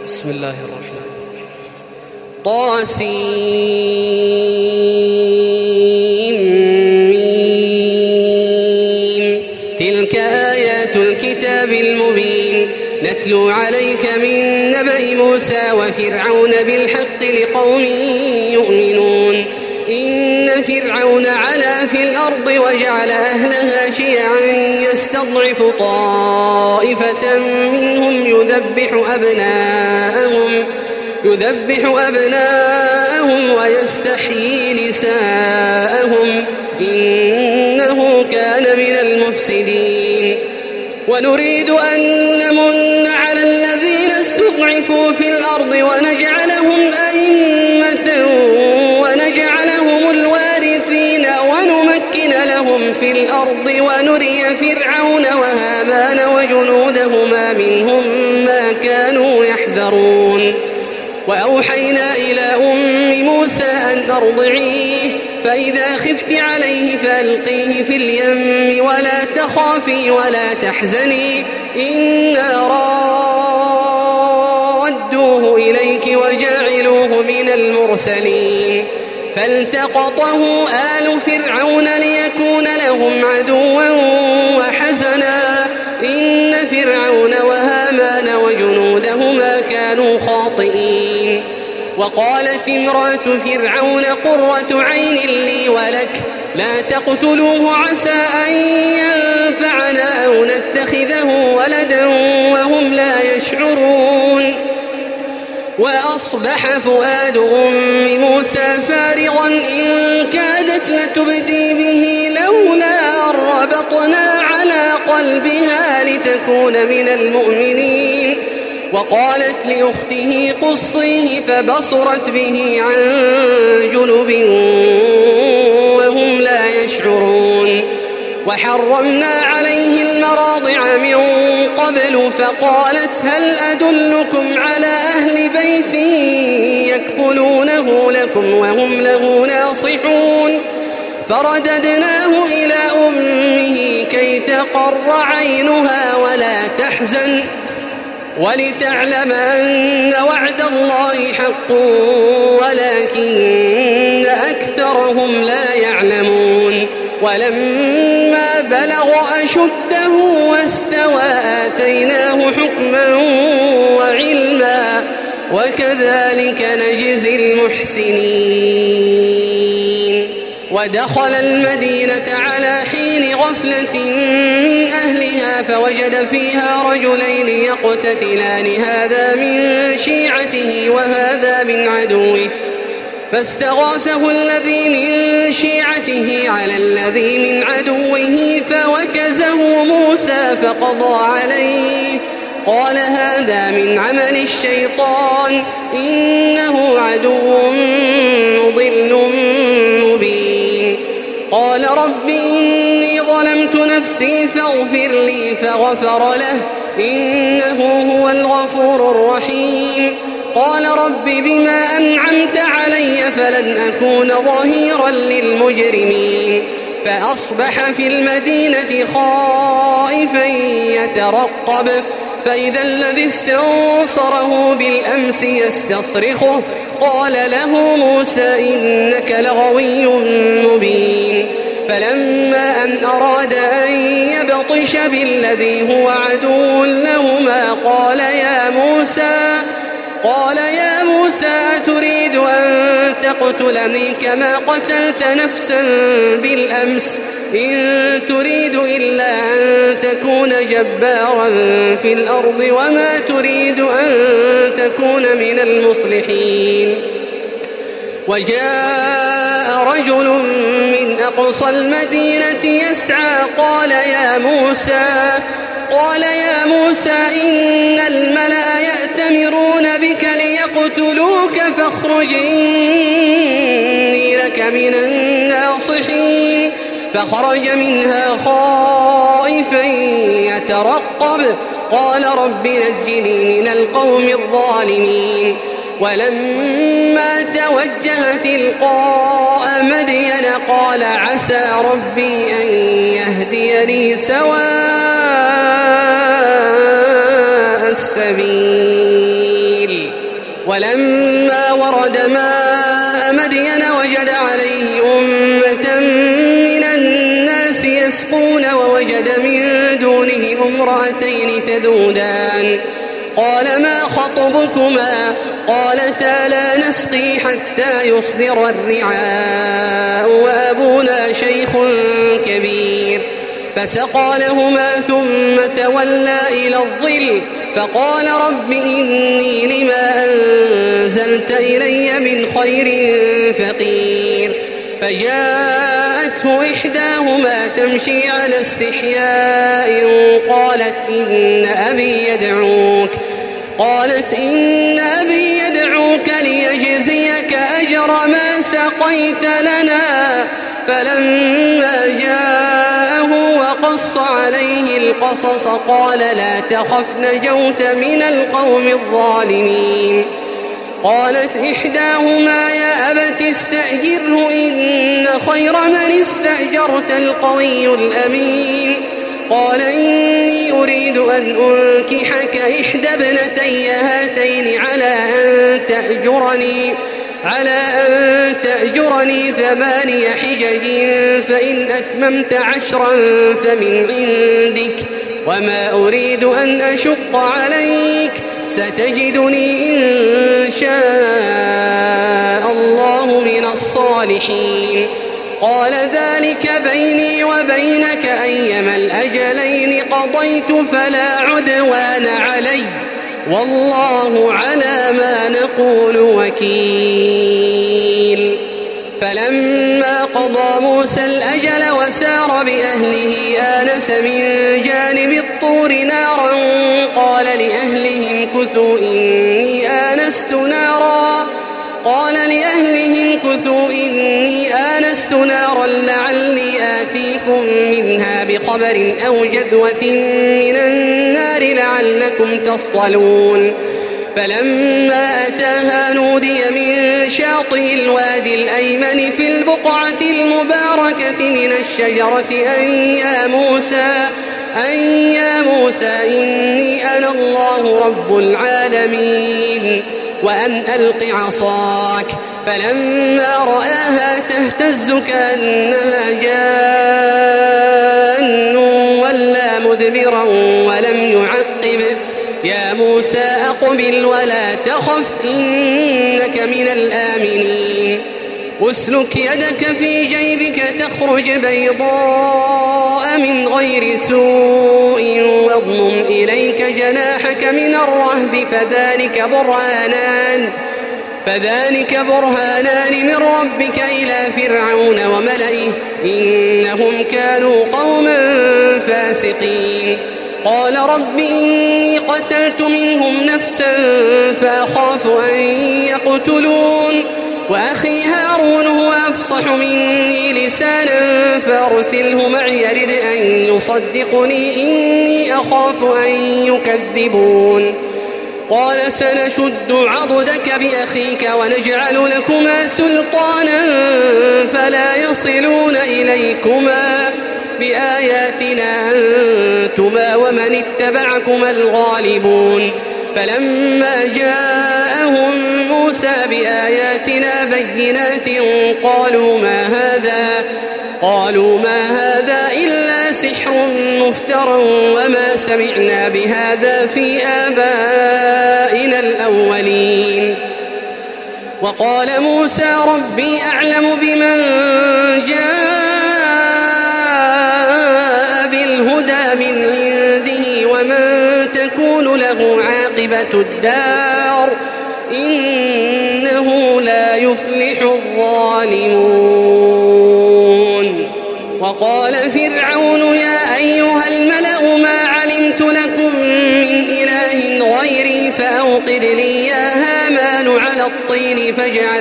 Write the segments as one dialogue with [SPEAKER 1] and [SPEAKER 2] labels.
[SPEAKER 1] بسم الله الرحمن طاسيم. تلك آيات الكتاب المبين نتلو عليك من نبأ موسى وفرعون بالحق لقوم يؤمنون. إن فرعون علا في الأرض وجعل أهلها شيعا يستضعف طائفة منهم يذبح أبناءهم ويستحيي نساءهم إنه كان من المفسدين. ونريد أن نمن على الذين استضعفوا في الأرض ونجعلهم أئمة ونجعلهم الوارثين ونمكن لهم في الأرض ونري فرعون وهامان وجنودهما منهم ما كانوا يحذرون. وأوحينا إلى أم موسى أن أرضعيه فإذا خفت عليه فألقيه في اليم ولا تخافي ولا تحزني إنا رادوه إليك وجاعلوه من المرسلين. فالتقطه آل فرعون ليكون لهم عدوا وحزنا إن فرعون وهامان وجنودهما كانوا خاطئين. وقالت امرأة فرعون قرة عين لي ولك لا تقتلوه عسى أن ينفعنا أو نتخذه ولدا وهم لا يشعرون. وأصبح فؤاد أم موسى فارغا إن كادت لتبدي به لولا أن ربطنا على قلبها لتكون من المؤمنين. وقالت لأخته قصيه فبصرت به عن جنب وهم لا يشعرون. وحرمنا عليه المراضع من قبل فقالت هل أدلكم على أهل بيت يكفلونه لكم وهم له ناصحون. فرددناه إلى أمه كي تقر عينها ولا تحزن ولتعلم أن وعد الله حق ولكن أكثرهم لا يعلمون. ولما بلغ أشده واستوى آتيناه حكما وعلما وكذلك نجزي المحسنين. ودخل المدينة على حين غفلة من أهلها فوجد فيها رجلين يقتتلان هذا من شيعته وهذا من عدوه فاستغاثه الذي من شيعته على الذي من عدوه فوكزه موسى فقضى عليه قال هذا من عمل الشيطان إنه عدو مضل مبين. قال رب إني ظلمت نفسي فاغفر لي فغفر له إنه هو الغفور الرحيم. قال رب بما أنعمت علي فلن أكون ظهيرا للمجرمين. فأصبح في المدينة خائفا يترقب فإذا الذي استنصره بالأمس يستصرخه قال له موسى إنك لغوي مبين. فلما أن أراد أن يبطش بالذي هو عدو لهما قال يا موسى أتريد أن تقتلني كما قتلت نفسا بالأمس إن تريد إلا أن تكون جبارا في الأرض وما تريد أن تكون من المصلحين. وجاء رجل من أقصى المدينة يسعى قال يا موسى إن الملأ يأتمرون بك ليقتلوك فاخرج إني لك من الناصحين. فخرج منها خائفا يترقب قال رب نجني من القوم الظالمين. ولما توجه تلقاء مدين قال عسى ربي أن يهديني سواء السبيل. ولما ورد ماء مدين وجد عليه أمة من الناس يسقون ووجد من دونهم امرأتين تذودان قال ما خطبكما قالتا لا نسقي حتى يصدر الرعاء وأبونا شيخ كبير فسقى لهما ثم تولى إلى الظل فقال رب إني لما أنزلت إلي من خير فقير فجاءته إحداهما تمشي على استحياء قالت إن أبي يدعوك ليجزيك أجر ما سقيت لنا فلما جاءه وقص عليه القصص قال لا تخف نجوت من القوم الظالمين قالت إحداهما يا أبت استأجره إن خير من استأجرت القوي الأمين قال إني أريد أن أنكحك إحدى ابنتي هاتين على أن تأجرني 8 حجج فإن أتممت 10 فمن عندك وما أريد أن أشق عليك ستجدني إن شاء الله من الصالحين قال ذلك بيني وبينك أيما الأجلين قضيت فلا عدوان علي والله على ما نقول وكيل فلما قضى موسى الأجل وسار بأهله آنس من جانب الطور نارا قال لأهلهم كثوا إني آنست نارا لعلي آتيكم منها بخبر أو جذوة من النار لعلكم تصطلون فلما أتاها نودي من شاطئ الوادي الأيمن في البقعة المباركة من الشجرة أن يا موسى إني أنا الله رب العالمين وأن ألق عصاك فلما رآها تهتز كأنها جان ولا مدبرا ولم يعقب يا موسى أقبل ولا تخف إنك من الآمنين أسلك يدك في جيبك تخرج بيضاء من غير سوء واضمم إليك جناحك من الرهب فذلك برهانان من ربك إلى فرعون وملئه إنهم كانوا قوما فاسقين قال رب إني قتلت منهم نفسا فأخاف أن يقتلون وأخي هارون هو أفصح مني لسانا فأرسله معي يرد أن يصدقني إني أخاف أن يكذبون قال سنشد عضدك بأخيك ونجعل لكما سلطانا فلا يصلون إليكما بآياتنا أنتما ومن اتبعكما الغالبون فلما جاءهم موسى بآياتنا بينات قالوا ما هذا إلا سحر مفترى وما سمعنا بهذا في آبائنا الأولين وقال موسى ربي أعلم بمن جاء بالهدى من عنده ومن تكون له عاقبة الدار إنه لا يفلح الظالمون وقال فرعون يا أيها الملأ ما علمت لكم من إله غيري فأوقد لي يا هامان على الطين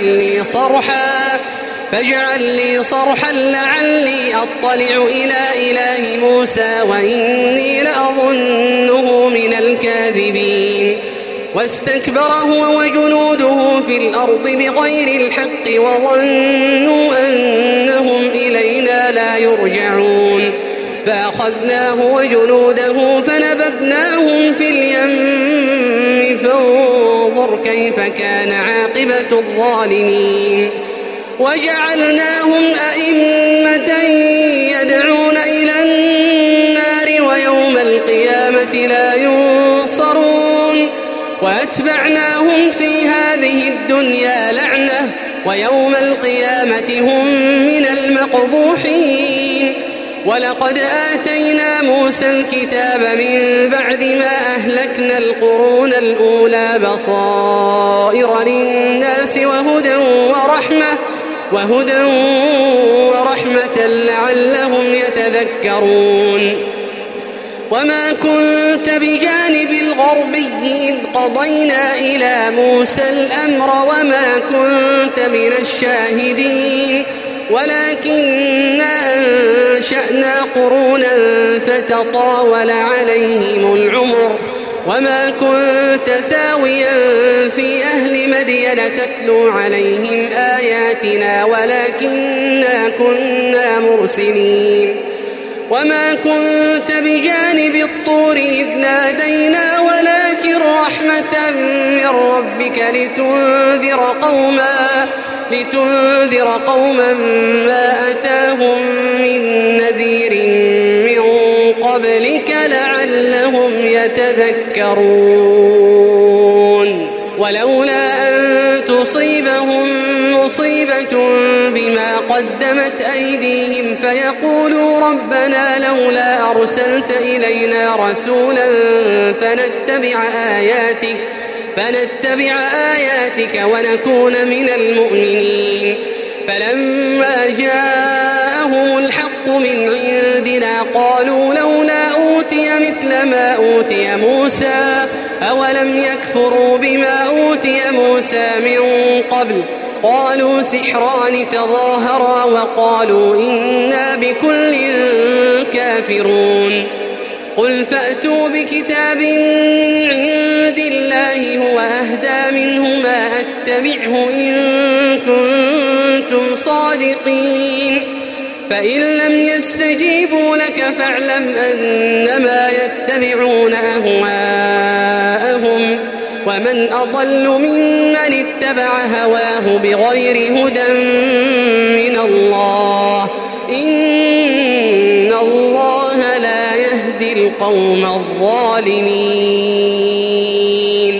[SPEAKER 1] فاجعل لي صرحا لعلي أطلع إلى إله موسى وإني لأظنه من الكاذبين واستكبر هو وجنوده في الأرض بغير الحق وظنوا أنهم إلينا لا يرجعون فأخذناه وجنوده فنبذناهم في اليم فانظر فانظر كيف كان عاقبة الظالمين وجعلناهم أئمة يدعون إلى النار ويوم القيامة لا ينصرون وأتبعناهم في هذه الدنيا لعنة ويوم القيامة هم من المقبوحين ولقد آتينا موسى الكتاب من بعد ما أهلكنا القرون الأولى بصائر للناس وهدى ورحمة لعلهم يتذكرون وما كنت بجانب الغربي إذ قضينا إلى موسى الأمر وما كنت من الشاهدين ولكننا أنشأنا قرونا فتطاول عليهم العمر وما كنت ثاويا في أهل مدين تتلو عليهم آياتنا ولكننا كنا مرسلين وما كنت بجانب الطور إذ نادينا ولكن رحمة من ربك لتنذر قوما ما أتاهم من نذير من قبلك لعلهم يتذكرون ولولا أن تصيبهم مصيبة بما قدمت أيديهم فيقولوا ربنا لولا أرسلت إلينا رسولا فنتبع آياتك ونكون من المؤمنين فلما جاءهم الحق من عندنا قالوا لولا أوتي مثل ما أوتي موسى أولم يكفروا بما أوتي موسى من قبل قالوا سحران تظاهرا وقالوا إنا بكل كافرون قل فأتوا بكتاب من عند الله هو أهدى منه ما أتبعه إن كنتم صادقين فإن لم يستجيبوا لك فاعلم أنما يتبعون أهواءهم ومن أضل ممن اتبع هواه بغير هدى من الله إن الله لا يهدي القوم الظالمين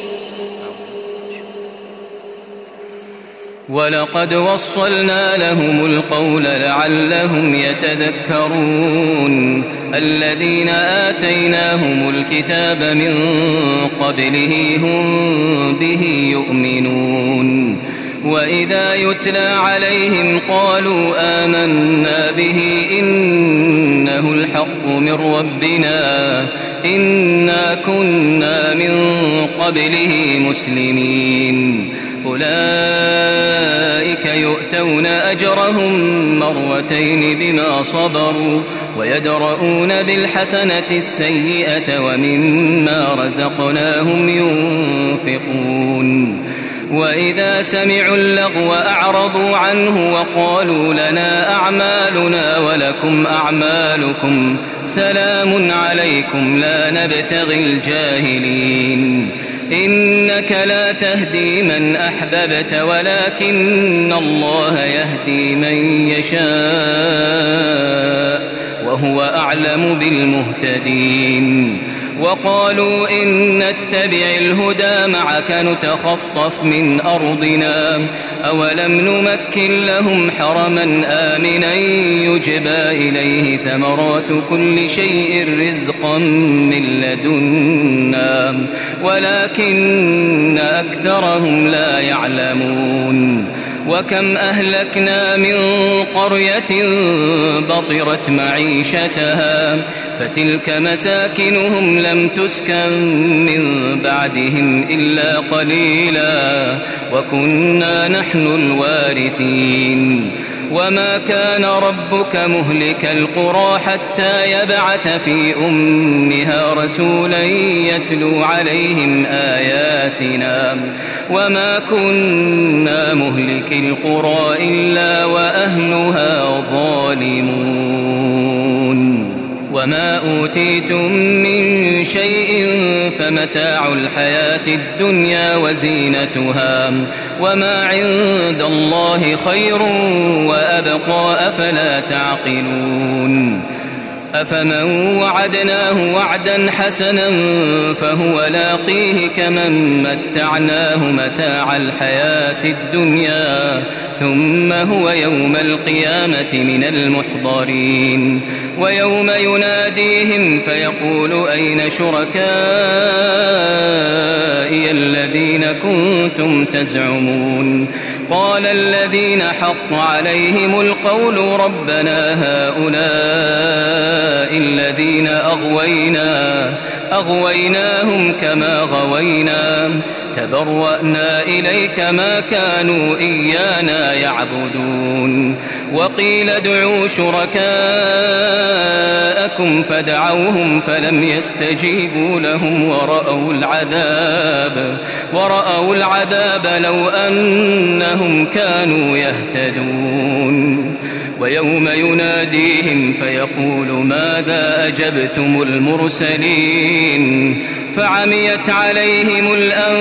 [SPEAKER 2] ولقد وصلنا لهم القول لعلهم يتذكرون الذين آتيناهم الكتاب من قبله هم به يؤمنون وإذا يتلى عليهم قالوا آمنا به إنه الحق من ربنا إنا كنا من قبله مسلمين أولئك يؤتون أجرهم مرتين بما صبروا ويدرؤون بالحسنة السيئة ومما رزقناهم ينفقون وإذا سمعوا اللغو أعرضوا عنه وقالوا لنا أعمالنا ولكم أعمالكم سلام عليكم لا نبتغي الجاهلين إنك لا تهدي من أحببت ولكن الله يهدي من يشاء وهو أعلم بالمهتدين وقالوا إن نتبع الهدى معك نتخطف من أرضنا أولم نمكن لهم حرما آمنا يجبى إليه ثمرات كل شيء رزقا من لدنا ولكن أكثرهم لا يعلمون وكم أهلكنا من قرية بطرت معيشتها فتلك مساكنهم لم تسكن من بعدهم إلا قليلا وكنا نحن الوارثين وما كان ربك مهلك القرى حتى يبعث في أمها رسولا يتلو عليهم آياتنا وما كنا مهلك القرى إلا وأهلها ظالمون وما أوتيتم من شيء فمتاع الحياة الدنيا وزينتها وما عند الله خير وأبقى أفلا تعقلون أفمن وعدناه وعدا حسنا فهو لاقيه كمن متعناه متاع الحياة الدنيا ثم هو يوم القيامة من المحضرين ويوم يناديهم فيقول أين شركائي الذين كنتم تزعمون قال الذين حق عليهم القول ربنا هؤلاء الذين أغويناهم كما غوينا تبرأنا إليك ما كانوا إيانا يعبدون وقيل ادعوا شركاءكم فدعوهم فلم يستجيبوا لهم ورأوا العذاب لو أنهم كانوا يهتدون ويوم يناديهم فيقول ماذا أجبتم المرسلين فعميت عليهم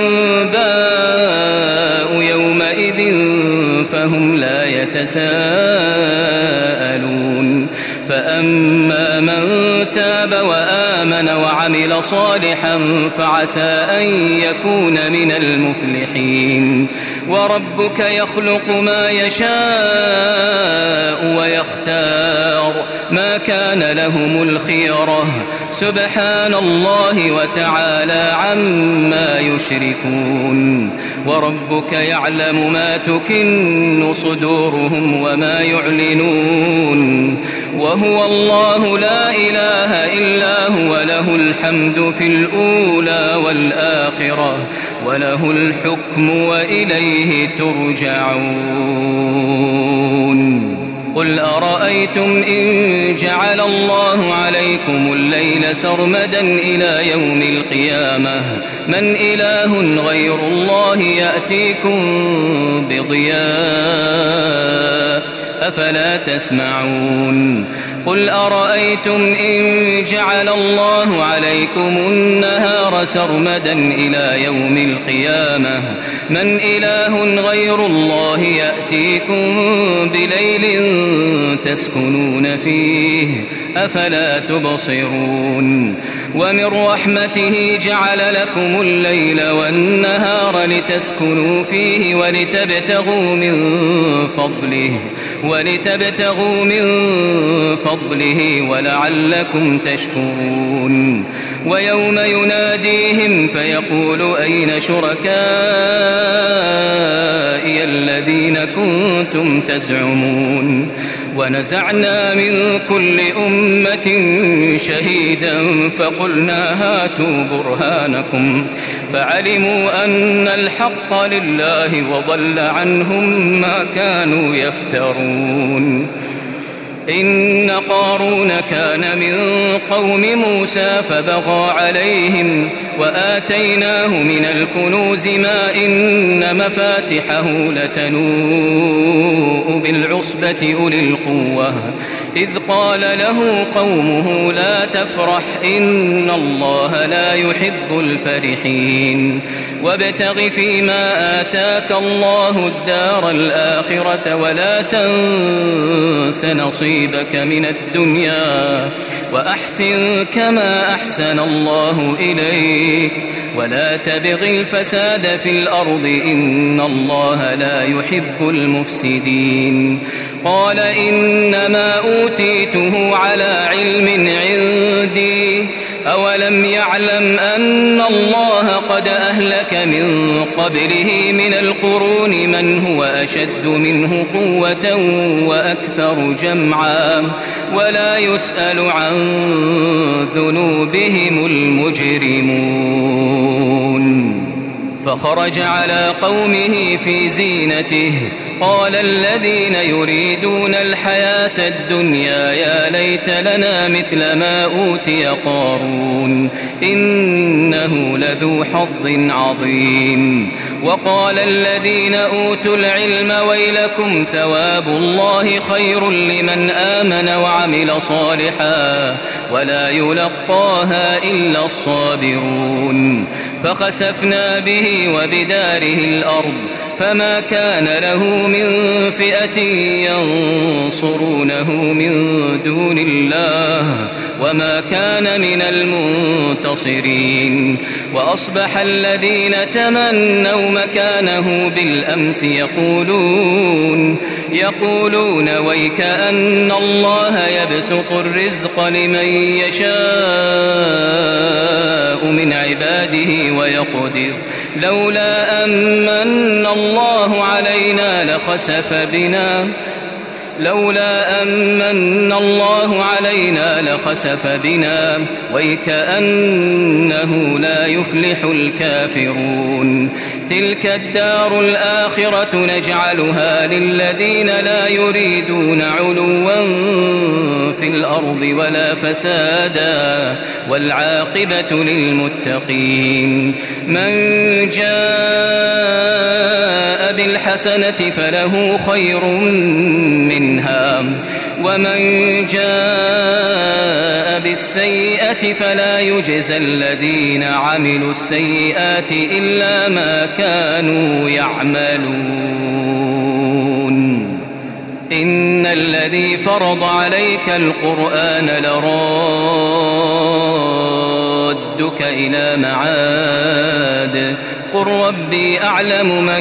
[SPEAKER 2] الأنباء يومئذ فهم لا يتساءلون فأما من تاب وآمن وعمل صالحا فعسى أن يكون من المفلحين وربك يخلق ما يشاء ويختار ما كان لهم الخيرة سبحان الله وتعالى عما يشركون وربك يعلم ما تكن صدورهم وما يعلنون وهو الله لا إله إلا هو له الحمد في الأولى والآخرة وله الحكم وإليه ترجعون قل أرأيتم إن جعل الله عليكم الليل سرمدا إلى يوم القيامة من إله غير الله يأتيكم بضياء أفلا تسمعون قل أرأيتم إن جعل الله عليكم النهار سرمدا إلى يوم القيامة من إله غير الله يأتيكم بليل تسكنون فيه أفلا تبصرون ومن رحمته جعل لكم الليل والنهار لتسكنوا فيه ولتبتغوا من فضله ولعلكم تشكرون ويوم يناديهم فيقول أين شركائي الذين كنتم تزعمون ونزعنا من كل أمة شهيدا فقلنا هاتوا برهانكم فعلموا أن الحق لله وضل عنهم ما كانوا يفترون إن قارون كان من قوم موسى فبغى عليهم وآتيناه من الكنوز ما إن مفاتحه لتنوء بالعصبة أولي القوة إذ قال له قومه لا تفرح إن الله لا يحب الفرحين وابتغ فيما آتاك الله الدار الآخرة ولا تنس نصيبك من الدنيا وأحسن كما أحسن الله إليك ولا تبغ الفساد في الأرض إن الله لا يحب المفسدين قال إنما أوتيته على علم عندي أولم يعلم أن الله قد أهلك من قبله من القرون من هو أشد منه قوة وأكثر جمعا ولا يسأل عن ذنوبهم المجرمون فخرج على قومه في زينته قال الذين يريدون الحياة الدنيا يا ليت لنا مثل ما أوتي قارون إنه لذو حظ عظيم وقال الذين أوتوا العلم ويلكم ثواب الله خير لمن آمن وعمل صالحا ولا يلقاها إلا الصابرون فخسفنا به وبداره الأرض فما كان له من فئة ينصرونه من دون الله وما كان من المنتصرين وأصبح الذين تمنوا مكانه بالأمس يقولون ويك أن الله يبسط الرزق لمن يشاء من عباده ويقدر لولا أمن الله علينا لخسف بنا ويكأنه لا يفلح الكافرون تلك الدار الآخرة نجعلها للذين لا يريدون علوا في الأرض ولا فسادا والعاقبة للمتقين من جاء بالحسنة فله خير منها ومن جاء بالسيئة فلا يجزى الذين عملوا السيئات إلا ما كانوا يعملون إن الذي فرض عليك القرآن لرادك إلى معاد قل ربي أعلم من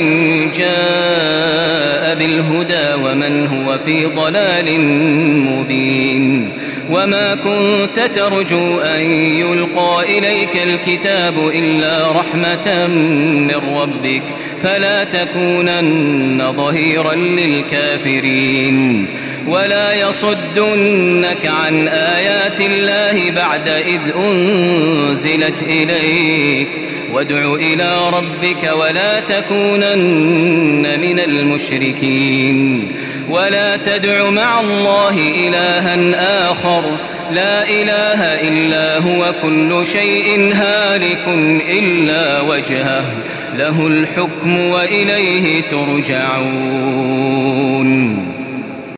[SPEAKER 2] جاء بالهدى ومن هو في ضلال مبين وما كنت ترجو أن يلقى إليك الكتاب إلا رحمة من ربك فلا تكونن ظهيرا للكافرين ولا يصدنك عن آيات الله بعد إذ أنزلت إليك وادع إلى ربك ولا تكونن من المشركين ولا تدع مع الله إلها آخر لا إله إلا هو كل شيء هالك إلا وجهه له الحكم وإليه ترجعون